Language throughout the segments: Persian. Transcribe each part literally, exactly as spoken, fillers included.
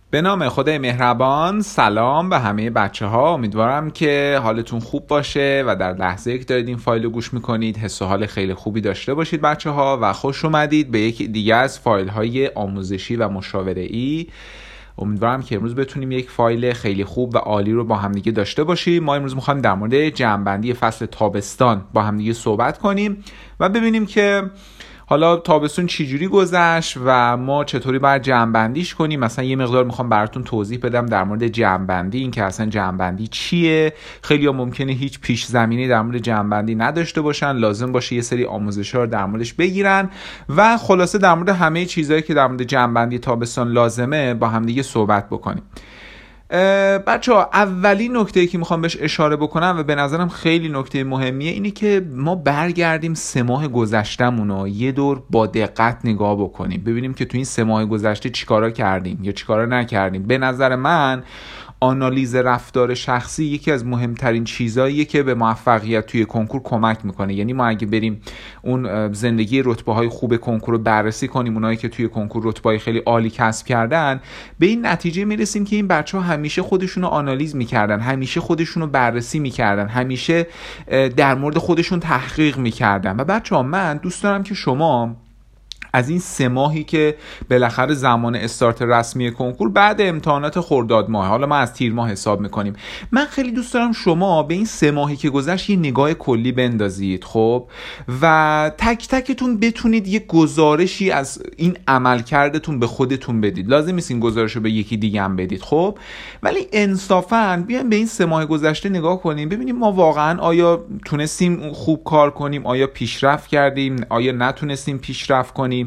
به نام خدای مهربان. سلام به همه بچه ها. امیدوارم که حالتون خوب باشه و در لحظه که دارید این فایل رو گوش میکنید حس و حال خیلی خوبی داشته باشید بچه ها و خوش اومدید به یکی دیگه از فایل های آموزشی و مشاوره ای. امیدوارم که امروز بتونیم یک فایل خیلی خوب و عالی رو با همدیگه داشته باشیم. ما امروز میخوایم در مورد جمع‌بندی فصل تابستان با همدیگه صحبت کنیم و ببینیم که حالا تابستون چجوری گذشت و ما چطوری باید جمع‌بندیش کنیم. مثلا یه مقدار میخوام براتون توضیح بدم در مورد جمع‌بندی، این که اصلا جمع‌بندی چیه. خیلی ها ممکنه هیچ پیش زمینی در مورد جمع‌بندی نداشته باشن، لازم باشه یه سری آموزش‌ها رو در موردش بگیرن و خلاصه در مورد همه چیزایی که در مورد جمع‌بندی تابستان لازمه با هم دیگه صحبت بکنیم. بچه ها، اولین نکته‌ای که میخوام بهش اشاره بکنم و به نظرم خیلی نکته مهمیه اینه که ما برگردیم سه ماه گذشتمون رو یه دور با دقت نگاه بکنیم، ببینیم که تو این سه ماه گذشته چیکارا کردیم یا چیکارا نکردیم. به نظر من آنالیز رفتار شخصی یکی از مهمترین چیزاییه که به موفقیت توی کنکور کمک میکنه. یعنی ما اگه بریم اون زندگی رتبه‌های خوب کنکور رو بررسی کنیم، اونایی که توی کنکور رتبه‌های خیلی عالی کسب کردن، به این نتیجه میرسیم که این بچه‌ها همیشه خودشون رو آنالیز میکردن، همیشه خودشون رو بررسی میکردن، همیشه در مورد خودشون تحقیق میکردن. و بچه‌ها، من دوست دارم که شما از این سه ماهی که بالاخره زمان استارت رسمی کنکور بعد امتحانات خرداد ماه، حالا ما از تیر ماه حساب میکنیم، من خیلی دوست دارم شما به این سه ماهی که گذشت یه نگاه کلی بندازید خب و تک تکتون بتونید یه گزارشی از این عملکردتون به خودتون بدید. لازم نیست این گزارش رو به یکی دیگه هم بدید خب، ولی انصافاً بیایم به این سه ماه گذشته نگاه کنیم، ببینیم ما واقعاً آیا تونستیم خوب کار کنیم، آیا پیشرفت کردیم، آیا نتونستیم پیشرفت کنیم،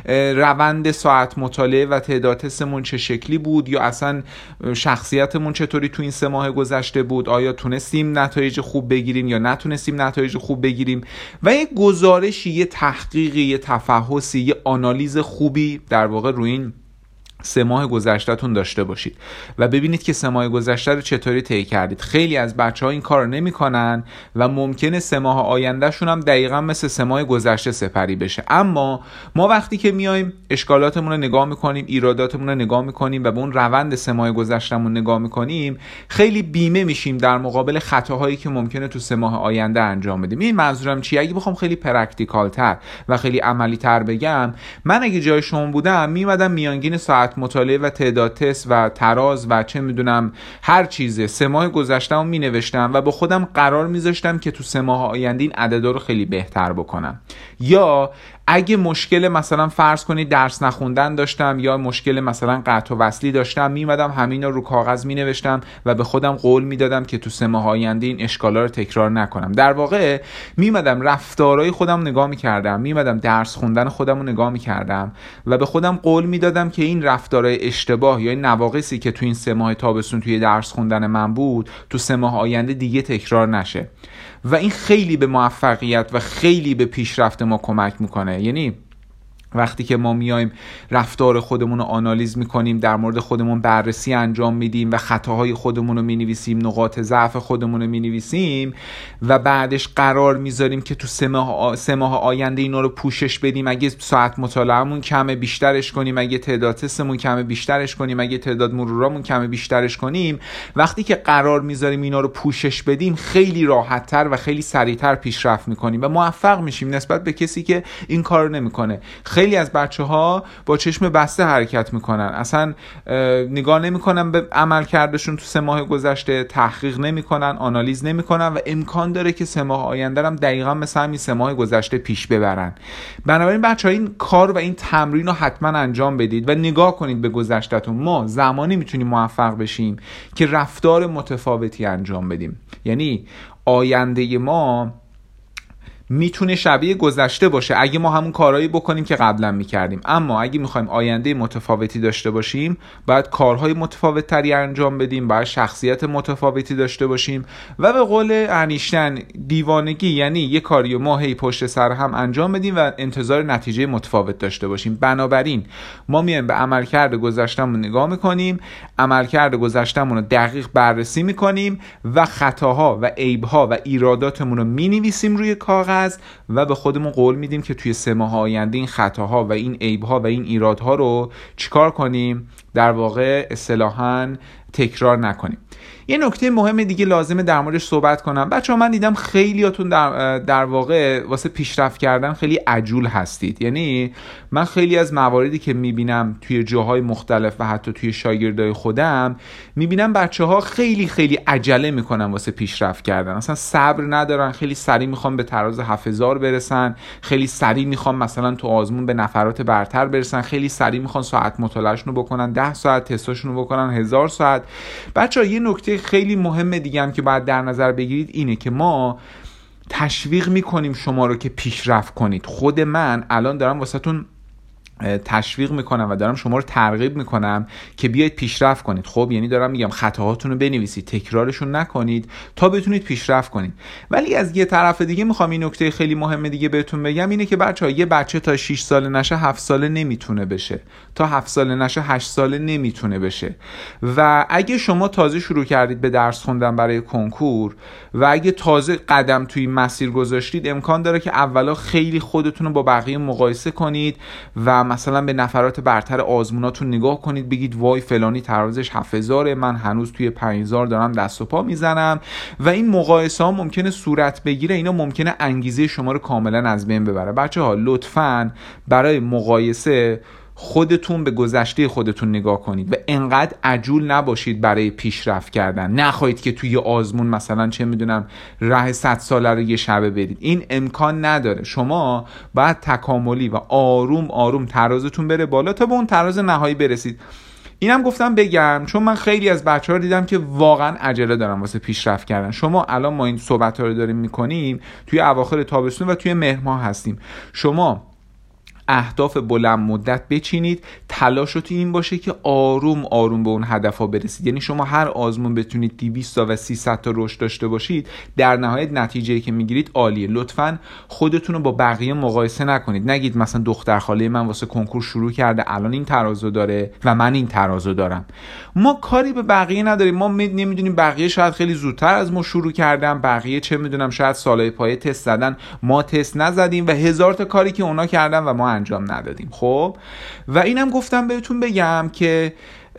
روند ساعت مطالعه و تعداد تستمون چه شکلی بود، یا اصلا شخصیتمون چطوری تو این سه ماه گذشته بود، آیا تونستیم نتایج خوب بگیریم یا نتونستیم نتایج خوب بگیریم. و یه گزارشی، یه تحقیقی، یه تفحصی، یه آنالیز خوبی در واقع روی این سه ماه گذشته‌تون داشته باشید و ببینید که سه ماه گذشته رو چطوری طی کردید. خیلی از بچه‌ها این کارو نمی‌کنن و ممکنه سه ماه آیندهشون هم دقیقاً مثل سه ماه گذشته سپری بشه. اما ما وقتی که میایم اشکالاتمون رو نگاه می‌کنیم، ایراداتمون رو نگاه می‌کنیم و به اون روند سه ماه گذشتهمون نگاه می‌کنیم، خیلی بیمه میشیم در مقابل خطاهایی که ممکنه تو سه ماه آینده انجام بدیم. این منظورم چیه؟ اگه بخوام خیلی پرکتیکال‌تر و خیلی عملی‌تر بگم، من اگه جای شما بودم میومدم میانگین ساعت مطالعه و تعداد تست و تراز و چه میدونم هر چیزه سه ماه گذشته‌مو مینوشتم و با خودم قرار میذاشتم که تو سه ماه آینده این عددا رو خیلی بهتر بکنم. یا اگه مشکل مثلا فرض کنید درس نخوندن داشتم یا مشکل مثلا قطع و وصلی داشتم، میمدم همین رو رو کاغذ مینوشتم و به خودم قول میدادم که تو سه ماه آینده این اشکالا رو تکرار نکنم. در واقع میمدم رفتارهای خودم نگاه میکردم، میمدم درس خوندن خودم رو نگاه میکردم و به خودم قول میدادم که این رفتارهای اشتباه یا این نواقصی که تو این سه ماه تابستون توی درس خوندن من بود تو سه ماه آینده دیگه تکرار نشه. و این خیلی به موفقیت و خیلی به پیشرفت ما کمک میکنه. یعنی وقتی که ما میایم رفتار خودمون رو آنالیز میکنیم، در مورد خودمون بررسی انجام میدیم و خطاهای خودمون رو مینویسیم، نقاط ضعف خودمون رو مینویسیم و بعدش قرار میذاریم که تو سه ماه سه ماه آینده اینا رو پوشش بدیم. اگه ساعت مطالعهمون کمه بیشترش کنیم، اگه تعداد تستمون کمه بیشترش کنیم، اگه تعداد مرورامون کمه بیشترش کنیم. وقتی که قرار میذاریم اینا رو پوشش بدیم، خیلی راحت‌تر و خیلی سریعتر پیشرفت میکنیم و موفق میشیم نسبت به کسی که این کارو نمیکنه. خیلی از بچه‌ها با چشم بسته حرکت میکنن، اصلا نگاه نمیکنن به عمل کردشون تو سه ماه گذشته، تحقیق نمیکنن، آنالیز نمیکنن و امکان داره که سه ماه آینده هم دقیقاً مثل همین سه ماه گذشته پیش ببرن. بنابراین بچه‌ها این کار و این تمرین رو حتما انجام بدید و نگاه کنید به گذشته‌تون. ما زمانی میتونیم موفق بشیم که رفتار متفاوتی انجام بدیم. یعنی آینده ما میتونه شبیه گذشته باشه اگه ما همون کارهایی بکنیم که قبلا میکردیم، اما اگه میخوایم آینده متفاوتی داشته باشیم باید کارهای متفاوت تری انجام بدیم، باید شخصیت متفاوتی داشته باشیم و به قول انیشتین دیوانگی یعنی یه کاریو ما هی پشت سر هم انجام بدیم و انتظار نتیجه متفاوت داشته باشیم. بنابراین ما میایم به عملکرد گذشتهمون نگاه میکنیم، عملکرد گذشتهمون رو دقیق بررسی میکنیم و خطاها و عیبها و ایراداتمون رو مینویسیم روی کاغذ و به خودمون قول میدیم که توی سه ماه آینده این خطاها و این عیبها و این ایرادها رو چیکار کنیم؟ در واقع اصطلاحاً تکرار نکنیم. یه نکته مهم دیگه لازمه در موردش صحبت کنم. بچه‌ها من دیدم خیلیاتون در در واقع واسه پیشرفت کردن خیلی عجول هستید. یعنی من خیلی از مواردی که میبینم توی جاهای مختلف و حتی توی شاگردای خودم میبینم بچه‌ها خیلی خیلی عجله میکنن واسه پیشرفت کردن. اصلا صبر ندارن، خیلی سریع میخوان به تراز هفت هزار برسن، خیلی سریع میخوان مثلا تو آزمون به نفرات برتر برسن، خیلی سریع میخوان ساعت مطالعه‌شون رو بکنن، ده ساعت تستاشون رو بکنن، هزار ساعت. بچه‌ها یه نکته خیلی مهمه دیگه هم که باید در نظر بگیرید اینه که ما تشویق میکنیم شما رو که پیشرفت کنید. خود من الان دارم واسهتون تشویق میکنم و دارم شما رو ترغیب میکنم که بیاید پیشرفت کنید. خب یعنی دارم میگم خطاهاتون رو بنویسید، تکرارشون نکنید تا بتونید پیشرفت کنید. ولی از یه طرف دیگه میخوام این نکته خیلی مهم دیگه بهتون بگم اینه که بچه‌ها یه بچه تا شش ساله نشه هفت ساله نمیتونه بشه، تا هفت ساله نشه هشت ساله نمیتونه بشه. و اگه شما تازه شروع کردید به درس خوندن برای کنکور و اگه تازه قدم توی مسیر گذاشتید، امکان داره که اولا خیلی خودتون رو با بقیه مقایسه کنید و مثلا به نفرات برتر آزموناتون نگاه کنید، بگید وای فلانی ترازش هفت هزار، من هنوز توی پنج هزار دارم دست و پا میزنم و این مقایسه ها ممکنه صورت بگیره. اینا ممکنه انگیزه شما رو کاملا از بین ببره. بچه‌ها لطفاً برای مقایسه خودتون به گذشته خودتون نگاه کنید و انقدر عجول نباشید برای پیشرفت کردن. نخواهید که توی آزمون مثلا چه میدونم راه صد ساله رو یه شبه برید، این امکان نداره. شما باید تکاملی و آروم آروم ترازتون بره بالا تا به اون تراز نهایی برسید. اینم گفتم بگم چون من خیلی از بچه‌ها دیدم که واقعا عجله دارن واسه پیشرفت کردن. شما الان ما این صحبت‌ها رو داریم می‌کنیم توی اواخر تابستون و توی مهر ماه هستیم. شما اهداف بلند مدت بچینید، تلاشتون این باشه که آروم آروم به اون هدف‌ها برسید. یعنی شما هر آزمون بتونید دویست تا و سیصد تا رشد داشته باشید، در نهایت نتیجه‌ای که میگیرید عالیه. لطفاً خودتون رو با بقیه مقایسه نکنید. نگید مثلا دختر خاله من واسه کنکور شروع کرده الان این ترازو داره و من این ترازو دارم. ما کاری به بقیه نداریم. ما نمیدونیم بقیه شاید خیلی زودتر از ما شروع کردن، بقیه چه میدونم شاید سالهای پایه تست زدن، ما تست نزدیم و هزار تا کاری که اونا کردن و ما انجام ندادیم. خب و اینم گفتم بهتون بگم که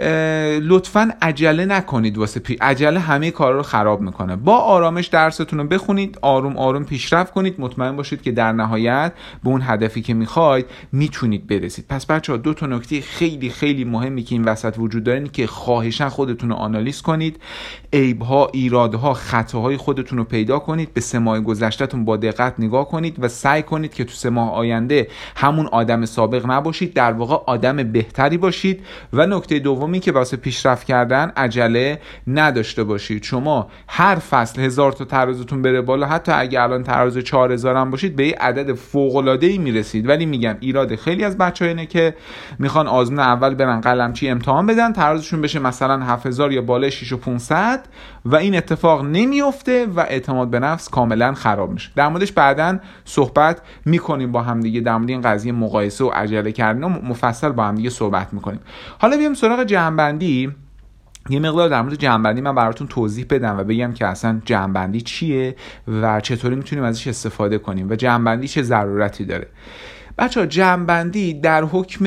لطفاً عجله نکنید واسه پی... عجله همه کارا رو خراب میکنه. با آرامش درستون رو بخونید، آروم آروم پیشرفت کنید، مطمئن باشید که در نهایت به اون هدفی که میخواید میتونید برسید. پس بچه‌ها دو تا نکته خیلی خیلی مهمی که این وسط وجود داره اینه که خواهشاً خودتون رو آنالیز کنید، عیب‌ها، ایرادها، خطاهای خودتون رو پیدا کنید، به سه ماه گذشته‌تون با دقت نگاه کنید و سعی کنید که تو سه ماه آینده همون آدم سابق نباشید، در واقع آدم بهتری باشید. و نکته دوم این که واسه پیشرفت کردن عجله نداشته باشید. شما هر فصل هزار تا ترازتون بره بالا، حتی اگه الان تراز چهار هزار هم باشید، به یه عدد فوق‌العاده‌ای میرسید. ولی میگم ایراد خیلی از بچه‌ها اینه که میخوان آزمون اول برن قلمچی امتحان بدن، ترازشون بشه مثلا هفت هزار یا بالای شش و پانصد و این اتفاق نمیفته و اعتماد به نفس کاملا خراب میشه. در موردش بعداً صحبت میکنیم با هم دیگه، در مورد این قضیه مقایسه و عجله کردن و مفصل با هم دیگه صحبت میکنیم. حالا بیام سراغ جمع‌بندی. یه مقدار در مورد جمع‌بندی من براتون توضیح بدم و بگم که اصلا جمع‌بندی چیه و چطوری میتونیم ازش استفاده کنیم و جمع‌بندی چه ضرورتی داره. بچه‌ها جمع‌بندی در حکم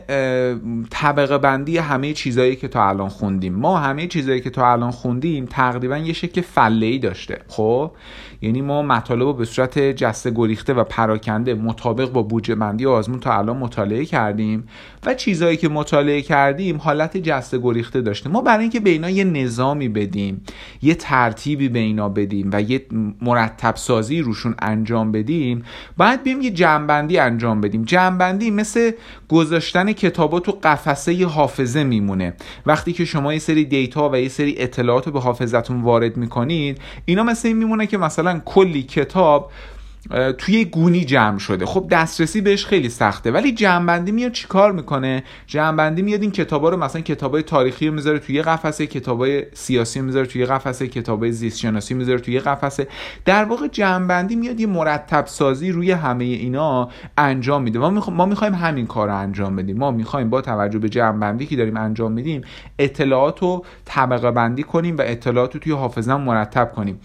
طبقه بندی همه چیزایی که تا الان خوندیم. ما همه چیزایی که تا الان خوندیم تقریبا یه شکل فله‌ای داشته. خب یعنی ما مطالب رو به صورت جسته گریخته و پراکنده مطابق با بودجه بندی آزمون تا الان مطالعه کردیم و چیزایی که مطالعه کردیم حالت جسته گریخته داشته. ما برای اینکه به اینا یه نظامی بدیم، یه ترتیبی به اینا بدیم و یه مرتب سازی روشون انجام بدیم، باید بیم یه جمع‌بندی انجام بدیم. جمع‌بندی مثل گذاشتن کتابا تو قفسه حافظه میمونه. وقتی که شما یه سری دیتا و یه سری اطلاعات به حافظتون وارد میکنید، اینا مثل این میمونه که مثلا کلی کتاب توی گونی جمع شده. خب دسترسی بهش خیلی سخته. ولی جمع‌بندی میاد چیکار میکنه؟ جمع‌بندی میاد این کتابا رو، مثلا کتابای تاریخی رو میذاره توی قفسه، کتابای سیاسی رو میذاره توی قفسه، کتابای زیست شناسی میذاره توی قفسه. در واقع جمع‌بندی میاد یه مرتب سازی روی همه اینا انجام میده. ما میخوایم ما میخوایم همین کارو انجام بدیم. ما میخوایم با توجه به جمع‌بندی که داریم انجام میدیم اطلاعاتو طبقه بندی کنیم و اطلاعاتو توی حافظه‌مون مرتب کنیم.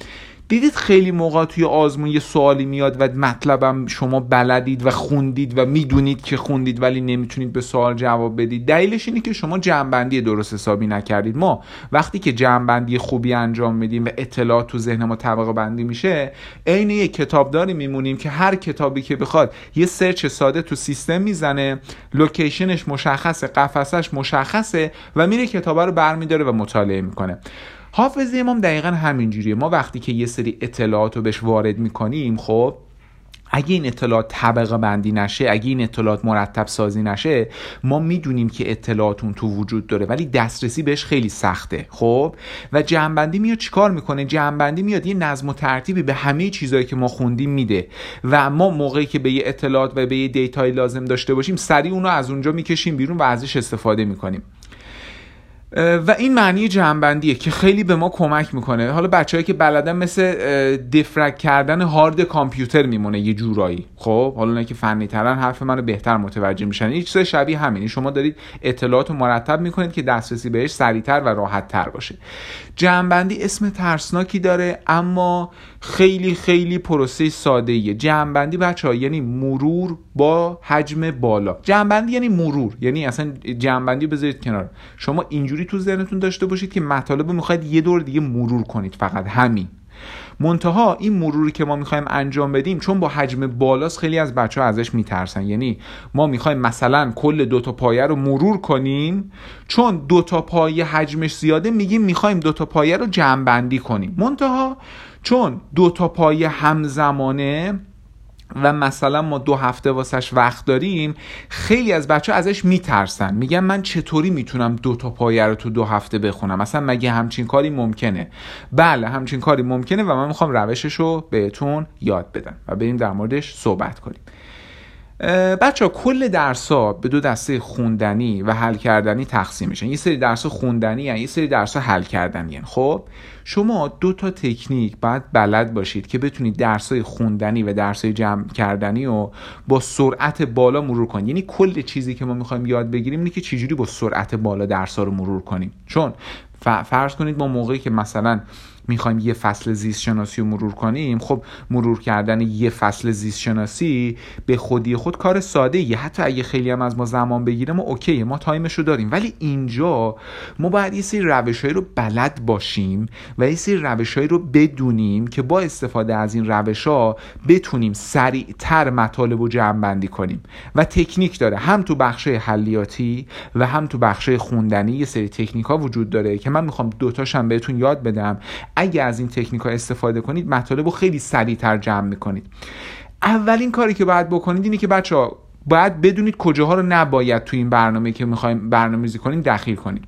دیدید خیلی موقع توی آزمون یه سوالی میاد و مطلبم شما بلدید و خوندید و میدونید که خوندید ولی نمیتونید به سوال جواب بدید. دلیلش اینه که شما جمع‌بندی درست حسابی نکردید. ما وقتی که جمع‌بندی خوبی انجام میدیم و اطلاعات تو ذهن ما طبقه بندی میشه، عین یک کتابداری میمونیم که هر کتابی که بخواد یه سرچ ساده تو سیستم میزنه، لوکیشنش مشخصه، قفسش مشخصه و میره کتاب رو برمیداره و مطالعه میکنه. حافظه ما دقیقاً همینجوریه. ما وقتی که یه سری اطلاعات رو بهش وارد میکنیم، خب اگه این اطلاعات طبقه بندی نشه، اگه این اطلاعات مرتب سازی نشه، ما میدونیم که اطلاعاتون تو وجود داره ولی دسترسی بهش خیلی سخته. خب و جمع‌بندی میاد چیکار میکنه؟ جمع‌بندی میاد یه نظم و ترتیبی به همه چیزایی که ما خوندیم میده و ما موقعی که به یه اطلاعات و به یه دیتای لازم داشته باشیم سریع اونو از اونجا میکشیم بیرون و ازش استفاده میکنیم. و این معنی جمع‌بندیه که خیلی به ما کمک میکنه. حالا بچه‌هایی که بلدن مثل دیفرگ کردن هارد کامپیوتر میمونه یه جورایی. خب حالا نه که فنی ترن حرف منو بهتر متوجه میشن. این چیز شبیه همینه. شما دارید اطلاعات رو مرتب میکنید که دسترسی بهش سریعتر و راحت‌تر باشه. جمع‌بندی اسم ترسناکی داره اما خیلی خیلی پروسه ساده‌ایه. جمع‌بندی بچه‌ها یعنی مرور با حجم بالا. جمع‌بندی یعنی مرور، یعنی اصلا جمع‌بندی بذارید کنار. شما اینجوری تو ذهنتون داشته باشید که مطالب رو میخواید یه دور دیگه مرور کنید، فقط همین. منتها این مروری که ما میخوایم انجام بدیم چون با حجم بالاست خیلی از بچه‌ها ازش میترسن. یعنی ما میخوایم مثلا کل دو تا پایه رو مرور کنیم، چون دو تا پایه حجمش زیاده میگیم میخوایم دو تا پایه رو جمع‌بندی کنیم. منتها چون دو تا پایه همزمانه و مثلا ما دو هفته واسش وقت داریم، خیلی از بچه ها ازش میترسن، میگن من چطوری میتونم دو تا پایه رو تو دو هفته بخونم؟ مثلا مگه همچین کاری ممکنه؟ بله همچین کاری ممکنه و من میخوام روشش رو بهتون یاد بدم و بریم در موردش صحبت کنیم. بچه ها کل درس ها به دو دسته خوندنی و حل کردنی تقسیم میشن. یه سری درس ها خوندنی هن، یه سری درس ها حل کردنی هن. خب شما دو تا تکنیک باید بلد باشید که بتونید درس های خوندنی و درس های جمع کردنی رو با سرعت بالا مرور کنید. یعنی کل چیزی که ما میخوایم یاد بگیریم اینه که چجوری با سرعت بالا درس ها رو مرور کنیم. چون فرض کنید ما موقعی که مثلا میخوایم یه فصل زیست شناسی رو مرور کنیم، خب مرور کردن یه فصل زیست شناسی به خودی خود کار ساده ایه. حتی اگه خیلی هم از ما زمان بگیره ما اوکیه، ما تایمش رو داریم. ولی اینجا ما باید یه سری روش‌هایی رو بلد باشیم و یه سری روش‌هایی رو بدونیم که با استفاده از این روش‌ها بتونیم سریع‌تر مطالب رو جمع‌بندی کنیم. و تکنیک داره، هم تو بخشای حلیاتی و هم تو بخشای خوندنی یه سری تکنیک‌ها وجود داره که من میخوام دوتاش هم بهتون یاد بدم. اگه از این تکنیک‌ها استفاده کنید مطالب رو خیلی سریع‌تر جمع می‌کنید. اولین کاری که باید بکنید اینه که بچه‌ها باید بدونید کجاها رو نباید تو این برنامه که می‌خوایم برنامه‌ریزی کنیم دخیل کنید.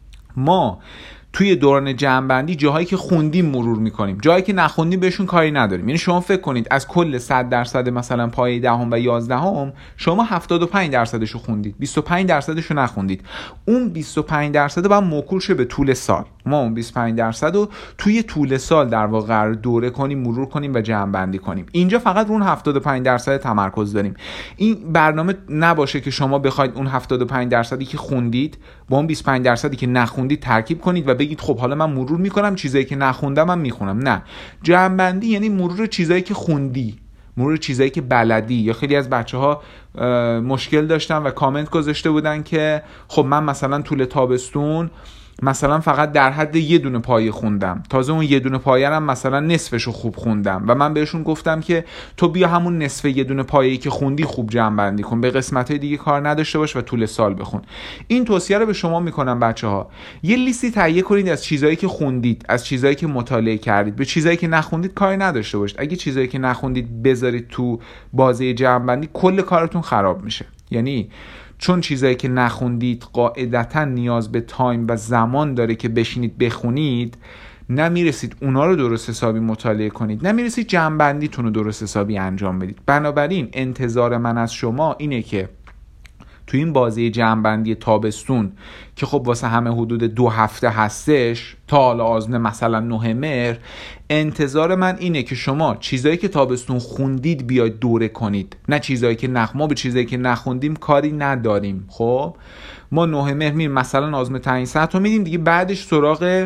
ما توی دوران جمع‌بندی جاهایی که خوندیم مرور میکنیم، جایی که نخوندیم بهشون کاری نداریم. یعنی شما فکر کنید از کل صد درصد مثلا پایه دهم و یازدهم شما هفتاد و پنج درصدشو خوندید، بیست و پنج درصدشو نخوندید. اون بیست و پنج درصد باید موکول شه به طول سال. ما اون بیست و پنج درصد رو توی طول سال در واقع دوره کنیم، مرور کنیم و جمع‌بندی کنیم. اینجا فقط رو اون هفتاد و پنج درصد تمرکز داریم. این برنامه نباشه که شما بخواید اون هفتاد و پنج درصدی که خوندید با اون بیست و پنج درصدی که نخوندید ترکیب کنید و بگید خب حالا من مرور میکنم چیزایی که نخوندم من میخونم. نه، جمع‌بندی یعنی مرور چیزایی که خوندی، مرور چیزایی که بلدی. یا خیلی از بچه‌ها مشکل داشتن و کامنت گذاشته بودن که خب من مثلا طول تابستون مثلا فقط در حد یه دونه پایه خوندم، تازه اون یه دونه پایه هم مثلا نصفشو خوب خوندم و من بهشون گفتم که تو بیا همون نصف یه دونه پایه‌ای که خوندی خوب جمع بندی کن، به قسمت‌های دیگه کار نداشته باش و طول سال بخون. این توصیه رو به شما میکنم بچه‌ها، یه لیستی تهیه کنید از چیزایی که خوندید، از چیزایی که مطالعه کردید، به چیزایی که نخوندید کاری نداشته باشید. اگه چیزایی که نخوندید بذارید تو بازه جمع بندی کل کارتون خراب میشه. یعنی چون چیزایی که نخوندید قاعدتاً نیاز به تایم و زمان داره که بشینید بخونید، نمیرسید اونا رو درست حسابی مطالعه کنید، نمیرسید جمع‌بندیتون رو درست حسابی انجام بدید. بنابراین انتظار من از شما اینه که تو این بازی جمع‌بندی تابستون که خب واسه همه حدود دو هفته هستش تا حالا آزمون مثلا نه مهر، انتظار من اینه که شما چیزایی که تابستون خوندید بیاید دوره کنید، نه چیزایی که نخ ما به چیزایی که نخوندیم کاری نداریم. خب ما نه مهر میریم مثلا آزمون تعیین سطح رو میدیم دیگه، بعدش سراغ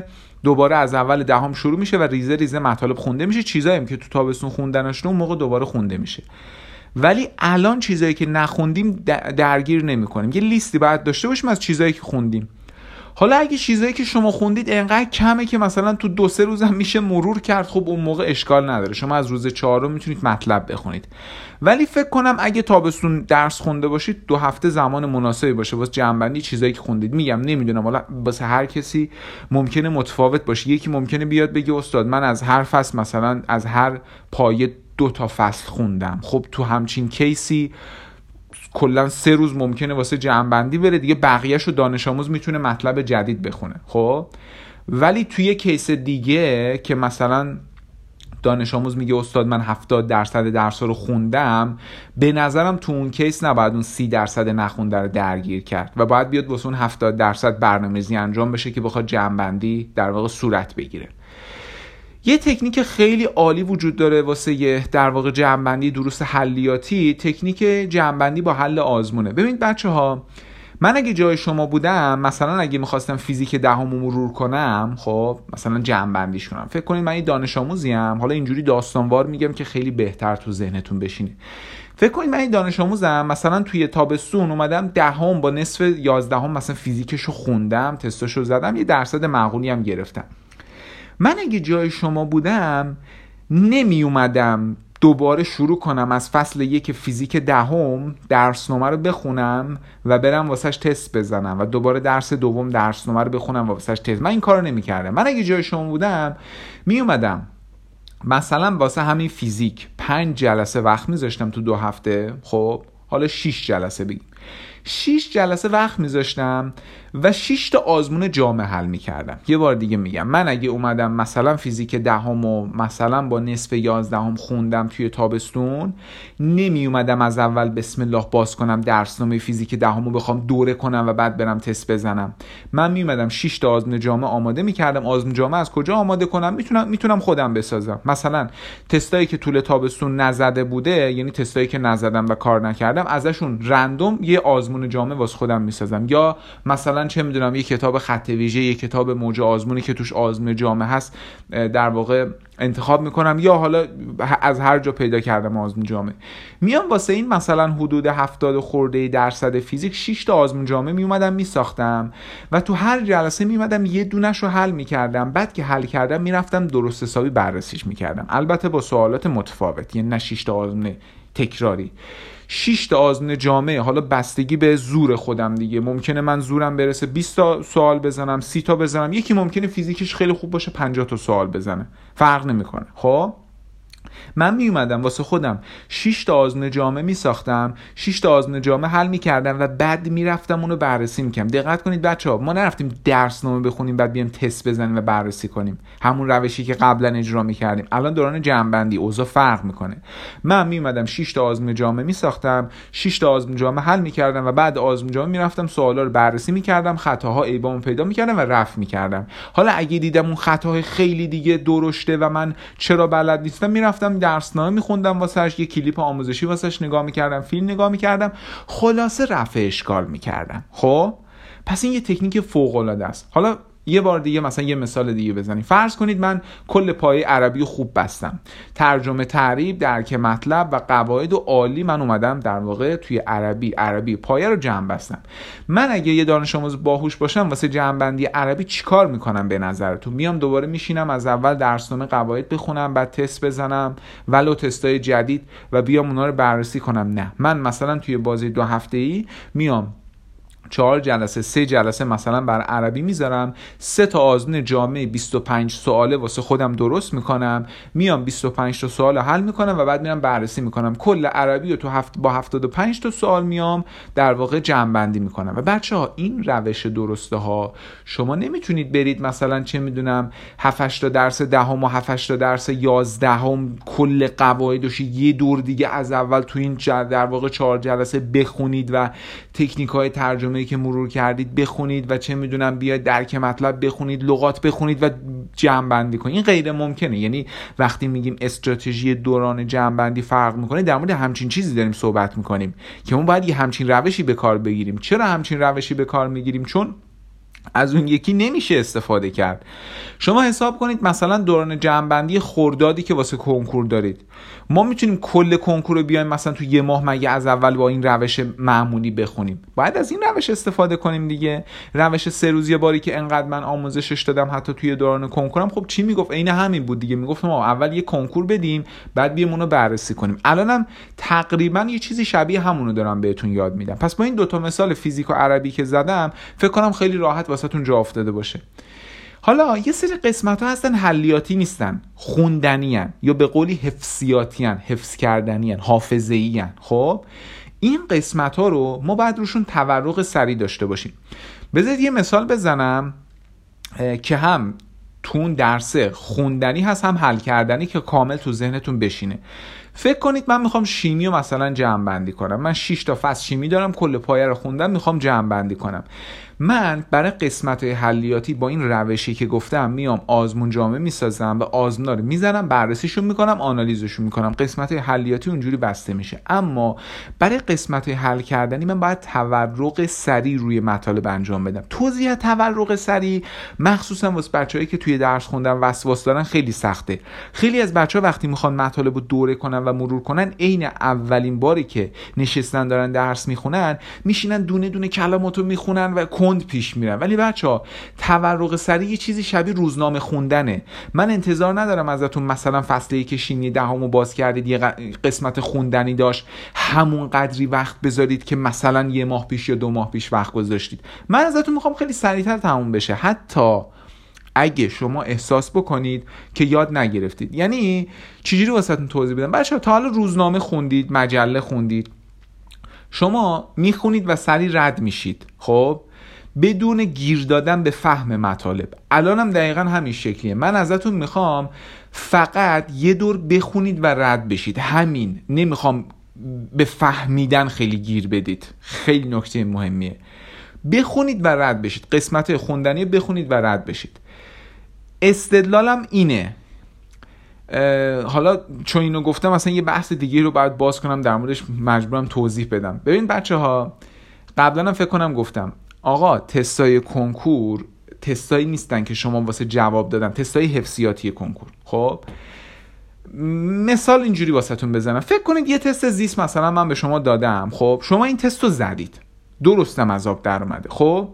دوباره از اول دهم شروع میشه و ریزه ریزه مطالب خونده میشه. چیزایی که تو تابستون خوندنش اون موقع دوباره خونده میشه. ولی الان چیزایی که نخوندیم درگیر نمی‌کنیم. یه لیستی باید داشته باشیم از چیزایی که خوندیم. حالا اگه چیزایی که شما خوندید انقدر کمه که مثلا تو دو سه روز هم میشه مرور کرد، خب اون موقع اشکال نداره، شما از روز چهارم میتونید مطلب بخونید. ولی فکر کنم اگه تابستون درس خونده باشید دو هفته زمان مناسبی باشه واسه جمع‌بندی چیزایی که خوندید. میگم نمیدونم، حالا واسه هر کسی ممکنه متفاوت باشه. یکی ممکنه بیاد بگه استاد من از هر فصل مثلا از هر پایه دو تا فصل خوندم. خب تو همچین کیسی کلا سه روز ممکنه واسه جمع‌بندی بره دیگه، بقیه‌شو دانش آموز میتونه مطلب جدید بخونه. خب ولی توی کیس دیگه که مثلا دانش آموز میگه استاد من هفتاد درصد درس‌ها رو خوندم، به نظرم تو اون کیس نباید اون سی درصد نخونده رو درگیر کرد و باید بیاد واسه اون هفتاد درصد برنامه‌ریزی انجام بشه که بخواد جمع‌بندی در واقع صورت بگیره. یه تکنیک خیلی عالی وجود داره واسه یه در واقع جمع‌بندی دروس حلیاتی، تکنیک جمع‌بندی با حل آزمونه. ببینید بچه‌ها، من اگه جای شما بودم مثلا اگه می‌خواستم فیزیک دهم رو مرور کنم، خب مثلا جمع‌بندیش کنم، فکر کنید من یه دانش آموزیم، حالا اینجوری داستانوار میگم که خیلی بهتر تو ذهنتون بشینه. فکر کنید من یه دانش آموزم، مثلا توی تابستون اومدم دهم با نصف یازدهم مثلا فیزیکشو خوندم، تستاشو زدم، یه درصد معقولی هم گرفتم. من اگه جای شما بودم نمی اومدم دوباره شروع کنم از فصل یک فیزیک دهم درسنامه رو بخونم و برم واسش تست بزنم و دوباره درس دوم درسنامه رو بخونم و واسش تست. من این کارو نمی کردم. من اگه جای شما بودم می اومدم مثلا واسه همین فیزیک پنج جلسه وقت میذاشتم تو دو هفته، خب حالا شش جلسه بگیم، شش جلسه وقت میذاشتم و شش تا آزمون جامع حل میکردم. یه بار دیگه میگم، من اگه اومدم مثلا فیزیک دهم و مثلا با نصف یازدهم خوندم توی تابستون، نمی اومدم از اول بسم الله باز کنم درسنامه فیزیک دهم رو بخوام دوره کنم و بعد برم تست بزنم. من می اومدم شش تا آزمون جامع آماده میکردم. آزمون جامع از کجا آماده کنم؟ میتونم میتونم خودم بسازم. مثلا تستایی که طول تابستون نزده بوده، یعنی تستایی که نزدم و کار نکردم، ازشون رندوم یه آزمون جامع واسه خودم میسازم. یا مثلا چه میدونم یه کتاب خط ویژه، یه کتاب موج آزمونی که توش آزمون جامع هست در واقع انتخاب میکنم، یا حالا از هر جا پیدا کردم آزمون جامع، میام واسه این مثلا حدود هفتاد خورده درصد فیزیک شش تا آزمون جامع میومدم میساختم و تو هر جلسه میومدم یه دونش رو حل میکردم. بعد که حل کردم میرفتم درست حسابی بررسیش میکردم، البته با سوالات متفاوت، یعنی نه شش تا آزمون تکراری، شش تا آزمون جامعه. حالا بستگی به زور خودم دیگه، ممکنه من زورم برسه بیست تا سوال بزنم، سی تا بزنم، یکی ممکنه فیزیکش خیلی خوب باشه پنجاه تا سوال بزنه، فرق نمیکنه. خب من می اومدم واسه خودم شش تا آزمون جامعه می ساختم، شش تا آزمون جامعه حل می کردم و بعد می رفتم اونو بررسی می کردم. دقت کنید بچه‌ها، ما نرفتیم درسنامه بخونیم بعد بیام تست بزنیم و بررسی کنیم، همون روشی که قبلا اجرا می کردیم. الان دوران جمع‌بندی اوضاع فرق میکنه. من می اومدم شش تا آزمون جامعه می ساختم، شش تا آزمون جامعه حل می کردم و بعد آزمون جامعه می رفتم سوالا رو بررسی می کردم، خطاها عیبامو پیدا می کردم و رفع می کردم. حالا اگه دیدم اون خطاهای خیلی دیگه درشته و من چرا بلد نیستم، می رفتم درسنامه میخوندم واسش، یه کلیپ آموزشی واسش نگاه میکردم، فیلم نگاه میکردم، خلاصه رفع اشکال میکردم. خب پس این یه تکنیک فوق العاده است. حالا یه بار دیگه مثلا یه مثال دیگه بزنیم. فرض کنید من کل پایه عربی خوب بستم، ترجمه، تعریب، درک مطلب و قواعد و عالی، من اومدم در واقع توی عربی عربی پایه رو جمع بستم. من اگه یه دانش آموز باهوش باشم واسه جمع بندی عربی چیکار میکنم به نظرتون؟ میام دوباره میشینم از اول درسنامه قواعد بخونم، بعد تست بزنم ولو تستای جدید و بیام اونا رو بررسی کنم؟ نه، من مثلا توی بازی دو هفته‌ای میام چهار جلسه سه جلسه مثلا بر عربی میذارم، سه تا آزمون جامع بیست و پنج سواله واسه خودم درست میکنم، میام بیست و پنج تا سوال حل میکنم و بعد میرم بررسی میکنم. کل عربی رو تو هفت با هفتاد و پنج تا سوال میام در واقع جمع بندی میکنم. و بچه‌ها این روش درسته ها. شما نمیتونید برید مثلا چه میدونم هفت هشت تا درس دهم و هفت هشت تا درس یازدهم کل قواعدش یه دور دیگه از اول تو این در واقع چهار جلسه بخونید و تکنیک‌های ترجمه که مرور کردید بخونید و چه میدونم بیاید درک مطلب بخونید، لغات بخونید و جمع بندی کنید. این غیر ممکنه. یعنی وقتی میگیم استراتژی دوران جمع بندی فرق میکنه، در مورد همچین چیزی داریم صحبت میکنیم که ما باید یه همچین روشی به کار بگیریم. چرا همچین روشی به کار میگیریم؟ چون از اون یکی نمیشه استفاده کرد. شما حساب کنید مثلا دوران جمع‌بندی خردادی که واسه کنکور دارید، ما میتونیم کل کنکور رو بیایم مثلا تو یه ماه مگه از اول با این روش معمولی بخونیم؟ باید از این روش استفاده کنیم دیگه. روش سه روزی باری که انقدر من آموزشش دادم حتی توی دوران کنکورم، خب چی میگفت؟ عین همین بود دیگه. میگفت ما اول یه کنکور بدیم بعد بیام اونو بررسی کنیم. الانم تقریبا یه چیزی شبیه همونو دارم بهتون یاد میدم. پس با این دوتا مثال فیزیک و عربی که زدم فکر کنم خیلی راحت واسهتون جا افتاده باشه. حالا یه سری قسمت ها هستن حلیاتی نیستن، خوندنی هن، یا به قولی حفظیاتی هن، حفظ کردنی هن، حافظه‌ای هن. خب این قسمت ها رو ما باید روشون تورق سریع داشته باشیم. بذارید یه مثال بزنم که هم تون درسه خوندنی هست هم حل کردنی که کامل تو ذهنتون بشینه. فکر کنید من میخوام شیمی رو مثلا جمع بندی کنم. من شش تا فصل شیمی دارم، کل پایه رو خوندم، میخوام جمع بندی کنم. من برای قسمت حلیاتی با این روشی که گفتم میام آزمون جامع میسازم و آزمونا رو میزنم، بررسیشون میکنم، آنالیزشون میکنم. قسمت حلیاتی اونجوری بسته میشه. اما برای قسمت حل کردنی من باید تورق سریع روی مطالب انجام بدم. توضیح تورق سریع مخصوصا واسه بچه‌هایی که توی درس خوندن وسواس دارن خیلی سخته. خیلی از بچه‌ها وقتی میخوان مطالب رو دوره کنن و مرور کنن، عین اولین باری که نشستن دارن درس میخونن میشینن دونه دونه کلماتو میخونن و کند پیش میرن. ولی بچه‌ها تورق سریع یه چیزی شبیه روزنامه خوندنه. من انتظار ندارم ازتون مثلا فصلی که شیمی دهمو باز کردید یه قسمت خوندنی داشت همون قدری وقت بذارید که مثلا یه ماه پیش یا دو ماه پیش وقت گذاشتید. من ازتون میخوام خیلی سریعتر تموم بشه، حتی اگه شما احساس بکنید که یاد نگرفتید. یعنی چجوری واسهتون توضیح بدم؟ بچه‌ها تا حالا روزنامه خوندید، مجله خوندید، شما میخونید و سریع رد میشید، خب بدون گیر دادن به فهم مطالب. الانم دقیقاً همین شکلیه. من ازتون میخوام فقط یه دور بخونید و رد بشید، همین. نمیخوام به فهمیدن خیلی گیر بدید. خیلی نکته مهمیه. بخونید و رد بشید. قسمت خوندنی بخونید و رد بشید. استدلالم اینه. حالا چون اینو گفتم مثلا یه بحث دیگه رو باید باز کنم در موردش، مجبورم توضیح بدم. ببین بچه ها، قبلا فکر کنم گفتم آقا تستای کنکور تستایی نیستن که شما واسه جواب دادن، تستای حفظیاتی کنکور. خب مثال اینجوری واسهتون بزنم. فکر کنید یه تست زیست مثلا من به شما دادم، خب شما این تست رو زدید، درستم از آب در اومده. خب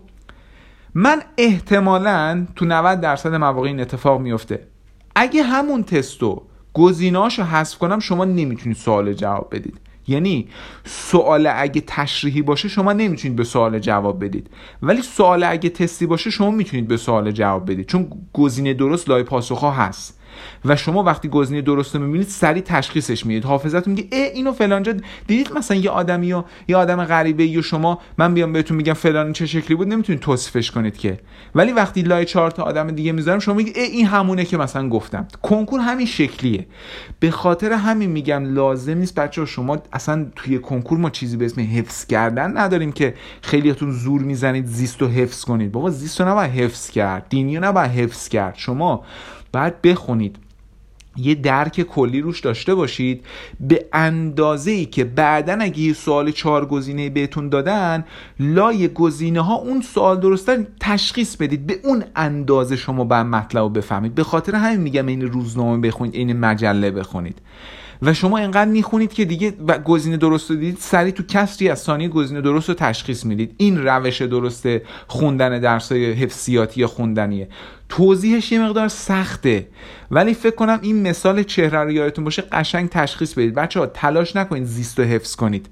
من احتمالاً تو نود درصد مواقع این اتفاق میفته. اگه همون تستو گزینه‌اشو حذف کنم شما نمیتونید سوال جواب بدید. یعنی سوال اگه تشریحی باشه شما نمیتونید به سوال جواب بدید، ولی سوال اگه تستی باشه شما میتونید به سوال جواب بدید، چون گزینه درست لای پاسخ‌ها هست و شما وقتی گزینه درست رو میبینید سریع تشخیصش میدید. حافظتون میگه ای اینو فلانجا دیدید، مثلا یه آدمی یا یه آدم غریبه یا شما من بیام بهتون میگم فلان چه شکلی بود، نمیتونید توصیفش کنید که، ولی وقتی لای چهار تا آدم دیگه میذارم شما میگید ای این همونه که مثلا گفتم. کنکور همین شکلیه. به خاطر همین میگم لازم نیست بچه‌ها شما اصلا توی کنکور ما چیزی به اسم حفظ کردن نداریم که خیلیاتون زور میزنید زیستو حفظ کنید. بابا زیستو نباید حفظ کرد، دینیو نباید حفظ کرد. شما بعد بخونید، یه درک کلی روش داشته باشید به اندازه‌ای که بعدن اگه یه سوال چهار گزینه بهتون دادن لای گزینه ها اون سوال درسته تشخیص بدید، به اون اندازه شما باید مطلب رو بفهمید. به خاطر همین میگم این روزنامه بخونید، این مجله بخونید و شما انقدر میخونید که دیگه گزینه درست رو دیدید سریع تو کسری از ثانیه گزینه درست رو تشخیص میدید. این روش درست خوندن درسای حفظیاتی یا خوندنیه. توضیحش یه مقدار سخته ولی فکر کنم این مثال چهره رو یادتون باشه قشنگ تشخیص بدید. بچه‌ها تلاش نکنید زیست رو حفظ کنید.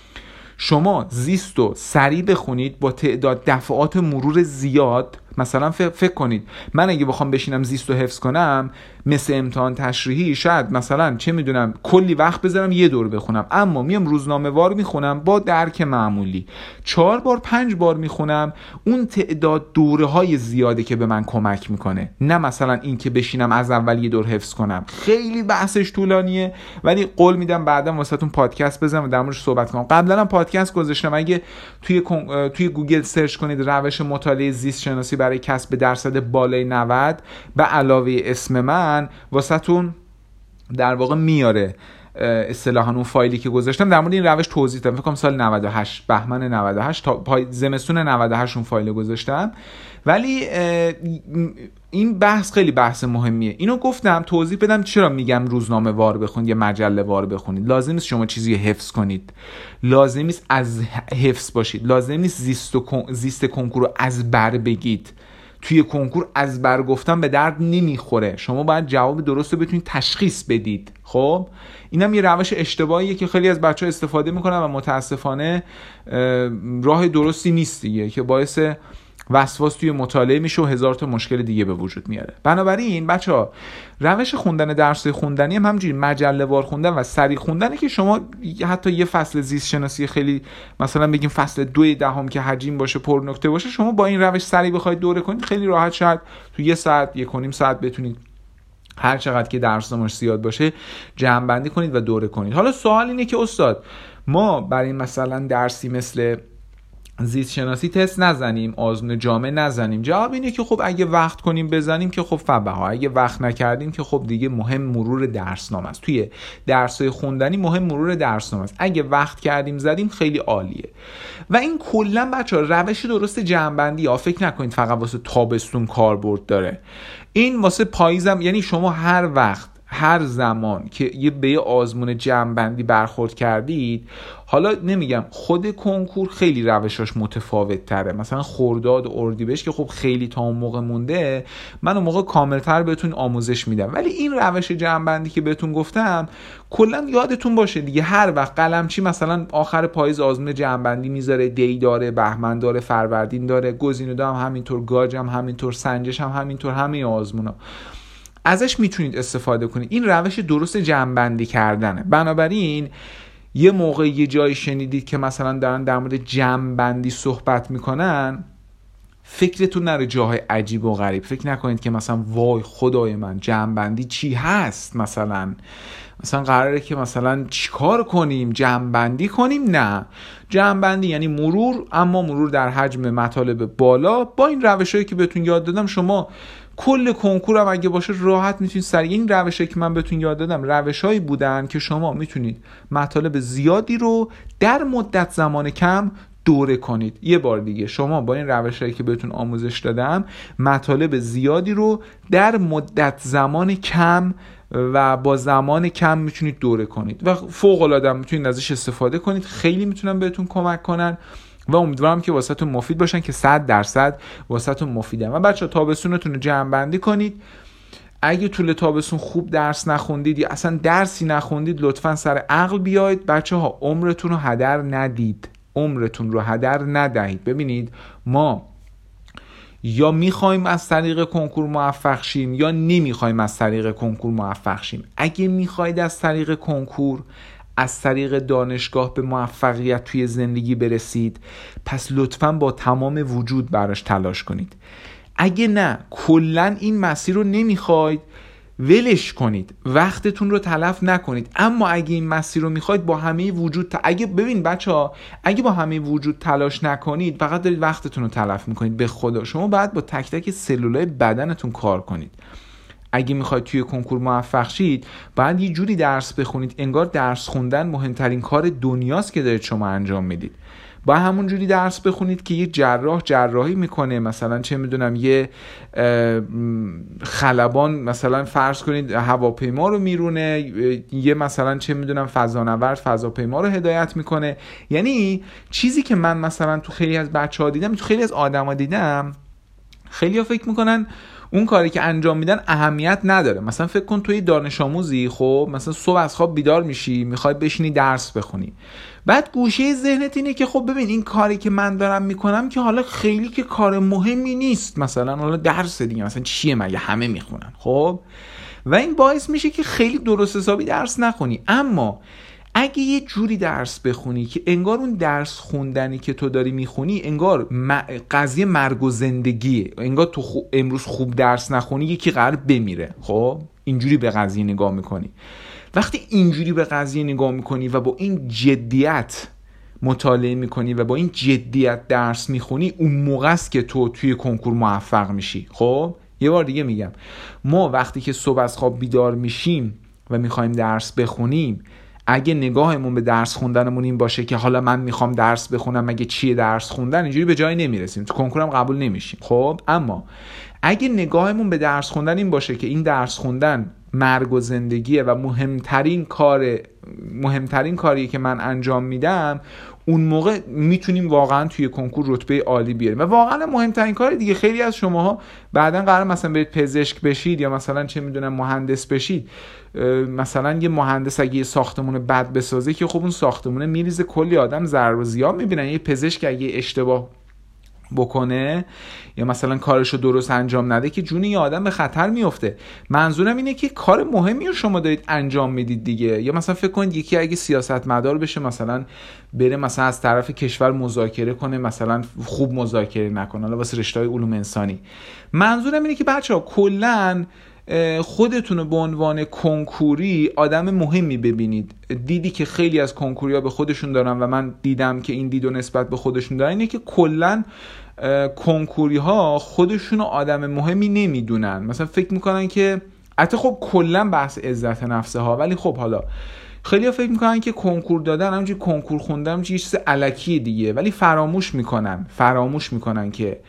شما زیست رو سریع بخونید با تعداد دفعات مرور زیاد. مثلا فکر کنید من اگه بخوام بشینم زیست رو حفظ کنم مثل امتحان تشریحی شاید مثلا چه میدونم کلی وقت بذارم یه دور بخونم، اما میام روزنامه وار میخونم با درک معمولی چهار بار پنج بار میخونم. اون تعداد دوره های زیاده که به من کمک میکنه، نه مثلا این که بشینم از اول یه دور حفظ کنم. خیلی بحثش طولانیه ولی قول میدم بعدا واسهتون پادکست بزنم و در موردش صحبت کنم. قبلا هم پادکست گذاشتم، اگه توی توی گوگل سرچ کنید روش مطالعه زیست شناسی برای کسب درصد بالای نود به علاوه اسم من واسهتون در واقع میاره اصطلاحاً اون فایلی که گذاشتم در مورد این روش توضیح دادم. فکر کنم سال نود و هشت بهمن نود و هشت تا پای زمستون نود و هشت اون فایل گذاشتم. ولی این بحث خیلی بحث مهمیه. اینو گفتم توضیح بدم چرا میگم روزنامه وار بخونید یا مجله وار بخونید. لازم نیست شما چیزی حفظ کنید، لازم نیست از حفظ باشید، لازم نیست زیست و زیست کنکور رو از بر بگید. توی کنکور از بر گفتن به درد نمیخوره. شما باید جواب درست رو بتونید تشخیص بدید. خب اینم یه روش اشتباهیه که خیلی از بچه‌ها استفاده میکنن و متاسفانه راه درستی نیست دیگه، که باعث وسواس توی مطالعه میشه و هزار تا مشکل دیگه به وجود میاره. بنابراین بچه‌ها روش خوندن درس خوندنی هم همینجوری مجله وار خوندن و سریع خوندنه که شما حتی یه فصل زیست شناسی خیلی مثلا بگیم فصل دو دهم که حجیم باشه پر نکته باشه، شما با این روش سریع بخواید دوره کنید خیلی راحت شاید تو یه ساعت یک و نیم ساعت بتونید هر چقدر که درسنامه‌اش زیاد باشه جمع بندی کنید و دوره کنید. حالا سوال اینه که استاد ما برای مثلا درسی مثل زیست شناسی تست نزنیم، آزمون جامع نزنیم؟ جواب اینه که خب اگه وقت کنیم بزنیم که خب فبه ها، اگه وقت نکردیم که خب دیگه مهم مرور درسنامه است. توی درسای خوندنی مهم مرور درسنامه است. اگه وقت کردیم زدیم خیلی عالیه. و این کلا بچه‌ها روش درست جمع‌بندی ها. فکر نکنید فقط واسه تابستون کاربرد داره. این واسه پاییزم، یعنی شما هر وقت هر زمان که یه به آزمون جمع‌بندی برخورد کردید، حالا نمیگم خود کنکور خیلی روشاش متفاوت تره، مثلا خرداد و اردیبهشت که خب خیلی تا اون موقع مونده، من اون موقع کاملتر بهتون آموزش میدم. ولی این روش جمع‌بندی که بهتون گفتم کلا یادتون باشه دیگه، هر وقت قلمچی مثلا آخر پاییز آزمون جمع‌بندی میذاره، دی داره، بهمن داره، فروردین داره، گزینه‌دار هم همینطور، گاج هم همینطور، سنجش هم همینطور، همه آزمونا ازش میتونید استفاده کنید. این روش درست جمع‌بندی کردنه. بنابراین یه موقع یه جایی شنیدید که مثلا دارن در مورد جمع‌بندی صحبت میکنن، فکرتون نره جاهای عجیب و غریب. فکر نکنید که مثلا وای خدای من جمع‌بندی چی هست، مثلا مثلا قراره که مثلا چیکار کنیم، جمع‌بندی کنیم. نه، جمع‌بندی یعنی مرور، اما مرور در حجم مطالب بالا با این روشایی که بهتون یاد دادم. شما کل کنکور هم اگه باشه راحت میتونید سریع، این روشایی که من بهتون یاد دادم روشایی بودن که شما میتونید مطالب زیادی رو در مدت زمان کم دوره کنید. یه بار دیگه شما با این روشایی که بهتون آموزش دادم مطالب زیادی رو در مدت زمان کم و با زمان کم میتونید دوره کنید و فوق العاده میتونید ازش استفاده کنید. خیلی میتونن بهتون کمک کنن و امیدوارم که واسهتون مفید باشن، که صد درصد واسهتون مفیدن. و بچه‌ها تابستونتون رو جمع بندی کنید. اگه طول تابستون خوب درس نخوندید یا اصلا درسی نخوندید، لطفاً سر عقل بیاید. بچه‌ها عمرتون رو هدر ندید، عمرتون رو هدر ندهید. ببینید ما یا میخوایم از طریق کنکور موفق شیم یا نمیخوایم از طریق کنکور موفق شیم. اگه میخواید از طریق کنکور، از طریق دانشگاه به موفقیت توی زندگی برسید، پس لطفاً با تمام وجود براش تلاش کنید. اگه نه کلاً این مسیر رو نمیخواید، ولش کنید، وقتتون رو تلف نکنید. اما اگه این مسیر رو میخواید با همه وجود ت... اگه ببین بچه‌ها اگه با همه وجود تلاش نکنید فقط دارید وقتتون رو تلف میکنید. به خدا شما باید با تک تک سلولای بدنتون کار کنید. اگه میخواید توی کنکور موفق شید باید یه جوری درس بخونید انگار درس خوندن مهمترین کار دنیاست که دارید شما انجام میدید. با همون جوری درس بخونید که یه جراح جراحی میکنه، مثلا چه میدونم یه خلبان مثلا فرض کنید هواپیما رو میرونه، یه مثلا چه میدونم فضانورد فضاپیما رو هدایت میکنه. یعنی چیزی که من مثلا تو خیلی از بچه‌ها دیدم، تو خیلی از آدما دیدم، خیلی‌ها فکر میکنن اون کاری که انجام میدن اهمیت نداره. مثلا فکر کن توی دانش آموزی، خب مثلا صبح از خواب بیدار میشی میخوای بشینی درس بخونی، بعد گوشه ذهنت اینه که خب ببین این کاری که من دارم میکنم که حالا خیلی که کار مهمی نیست، مثلا حالا درس دیگه، مثلا چیه مگه همه میخونن. خب و این باعث میشه که خیلی درست حسابی درس نخونی. اما اگه یه جوری درس بخونی که انگار اون درس خوندنی که تو داری میخونی انگار م... قضیه مرگ و زندگیه، انگار تو خو... امروز خوب درس نخونی یکی قرار بمیره، خب اینجوری به قضیه نگاه میکنی. وقتی اینجوری به قضیه نگاه میکنی و با این جدیت مطالعه میکنی و با این جدیت درس میخونی، اون موقع است که تو توی کنکور موفق میشی. خب یه بار دیگه میگم، ما وقتی که صبح از خواب بیدار میشیم و میخوایم درس بخونیم، اگه نگاهمون به درس خوندنمون این باشه که حالا من میخوام درس بخونم، مگه چیه درس خوندن، اینجوری به جایی نمیرسیم، تو کنکورم قبول نمیشیم. خب اما اگه نگاهمون به درس خوندن این باشه که این درس خوندن مرگ و زندگیه و مهمترین کار مهمترین کاریه که من انجام میدم، اون موقع میتونیم واقعا توی کنکور رتبه عالی بیاریم. و واقعا مهمترین کار دیگه، خیلی از شماها بعدن قرار مثلا برید پزشک بشید یا مثلا چه میدونم مهندس بشید، مثلا یه مهندس اگه یه ساختمون بد بسازه که خب اون ساختمونه میریزه، کلی آدم ضرر و زیان میبینن. یه پزشک اگه اشتباه بکنه یا مثلا کارشو درست انجام نده که جون یه آدم به خطر میفته. منظورم اینه که کار مهمی رو شما دارید انجام میدید دیگه. یا مثلا فکر کنید یکی اگه سیاستمدار بشه، مثلا بره مثلا از طرف کشور مذاکره کنه، مثلا خوب مذاکره نکنه، حالا واسه رشته‌های علوم انسانی. منظورم اینه که بچه‌ها کلاً خودتون رو به عنوان کنکوری آدم مهمی ببینید. دیدی که خیلی از کنکوریا به خودشون دارن و من دیدم که این دیدو نسبت به خودشون دارن اینه که کلن کنکوری ها خودشون رو آدم مهمی نمیدونن. مثلا فکر میکنن که البته خب کلن بحث عزت نفسه ها، ولی خب حالا خیلی ها فکر میکنن که کنکور دادن همونجوری کنکور خوندن همونجوری یه چیز الکی دیگه، ولی فراموش میکنن فراموش میکنن که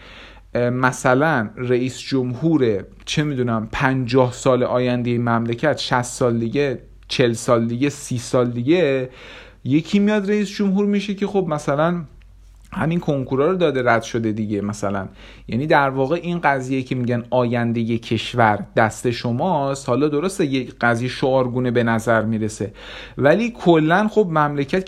مثلا رئیس جمهور چه میدونم پنجاه سال آینده مملکت، شصت سال دیگه، چهل سال دیگه، سی سال دیگه یکی میاد رئیس جمهور میشه که خب مثلا همین کنکورا رو داده رد شده دیگه مثلا. یعنی در واقع این قضیه که میگن آینده ی کشور دست شماست، حالا درسته یه قضیه شعارگونه به نظر میرسه، ولی کلن خب مملکت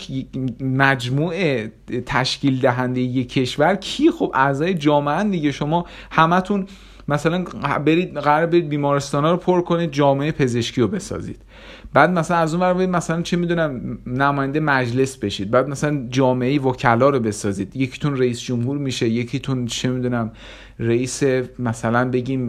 مجموعه تشکیل دهنده یک کشور کی؟ خب اعضای جامعه دیگه. شما همتون مثلا برید قرار برید بیمارستانا رو پر کنید، جامعه پزشکی رو بسازید، بعد مثلا از اون ور برید مثلا چه میدونم نماینده مجلس بشید، بعد مثلا جامعه وکلا رو بسازید، یکیتون رئیس جمهور میشه، یکیتون چه میدونم رئیس مثلا بگیم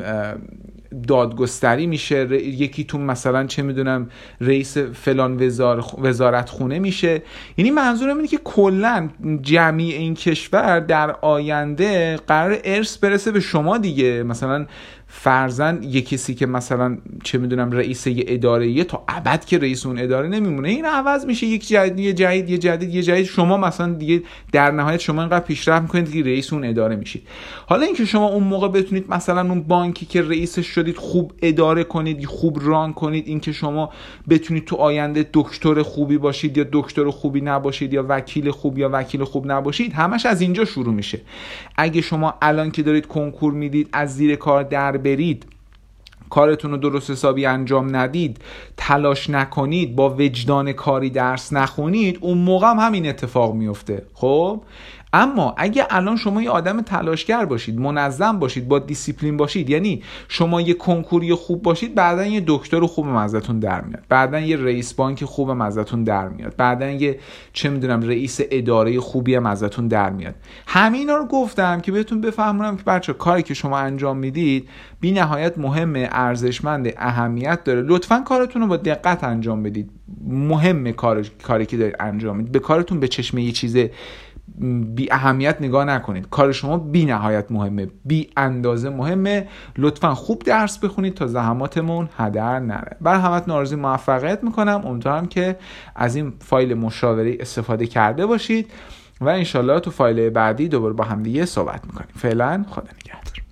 دادگستری میشه، یکیتون مثلا چه میدونم رئیس فلان وزار وزارت خونه میشه. یعنی منظورم اینه که کلا جمعی این کشور در آینده قرار ارث برسه به شما دیگه. مثلا فرضاً یه کسی که مثلا چه میدونم رئیس یه اداره یه تا ابد که رئیس اون اداره نمیمونه، این عوض میشه، یک جدید یه جدید یه جدید یه جدید، شما مثلا دیگه در نهایت شما اینقدر پیشرفت میکنید که رئیس اون اداره میشید. حالا اینکه شما اون موقع بتونید مثلا اون بانکی که رئیسش شدید خوب اداره کنید، خوب ران کنید، اینکه شما بتونید تو آینده دکتر خوبی باشید یا دکتر خوبی نباشید یا وکیل خوب یا وکیل خوب نباشید، همش از اینجا شروع میشه. اگه شما الان که دارید کنکور میدید از زیر کار در برید، کارتون رو درست حسابی انجام ندید، تلاش نکنید، با وجدان کاری درس نخونید، اون موقع هم همین اتفاق میفته. خب اما اگه الان شما یه آدم تلاشگر باشید، منظم باشید، با دیسیپلین باشید، یعنی شما یه کنکوری خوب باشید، بعدن یه دکتر خوب ازتون در میاد، بعدن یه رئیس بانک خوب ازتون در میاد، بعدن یه چه میدونم رئیس اداره خوبی هم ازتون در میاد. همینا رو گفتم که بهتون بفهمونم که بچه‌ها کاری که شما انجام میدید بی نهایت مهمه، ارزشمند، اهمیت داره. لطفاً کارتون رو با دقت انجام بدید. مهمه کار کاری که دارید انجام میدید. به کارتون به چشم یه چیز بی اهمیت نگاه نکنید. کار شما بی نهایت مهمه، بی اندازه مهمه. لطفاً خوب درس بخونید تا زحماتمون هدر نره. برای همتون آرزوی موفقیت میکنم. امیدوارم که از این فایل مشاوره استفاده کرده باشید و انشالله تو فایل بعدی دوباره با هم دیگه صحبت میکنیم. فعلا خدا نگهدار.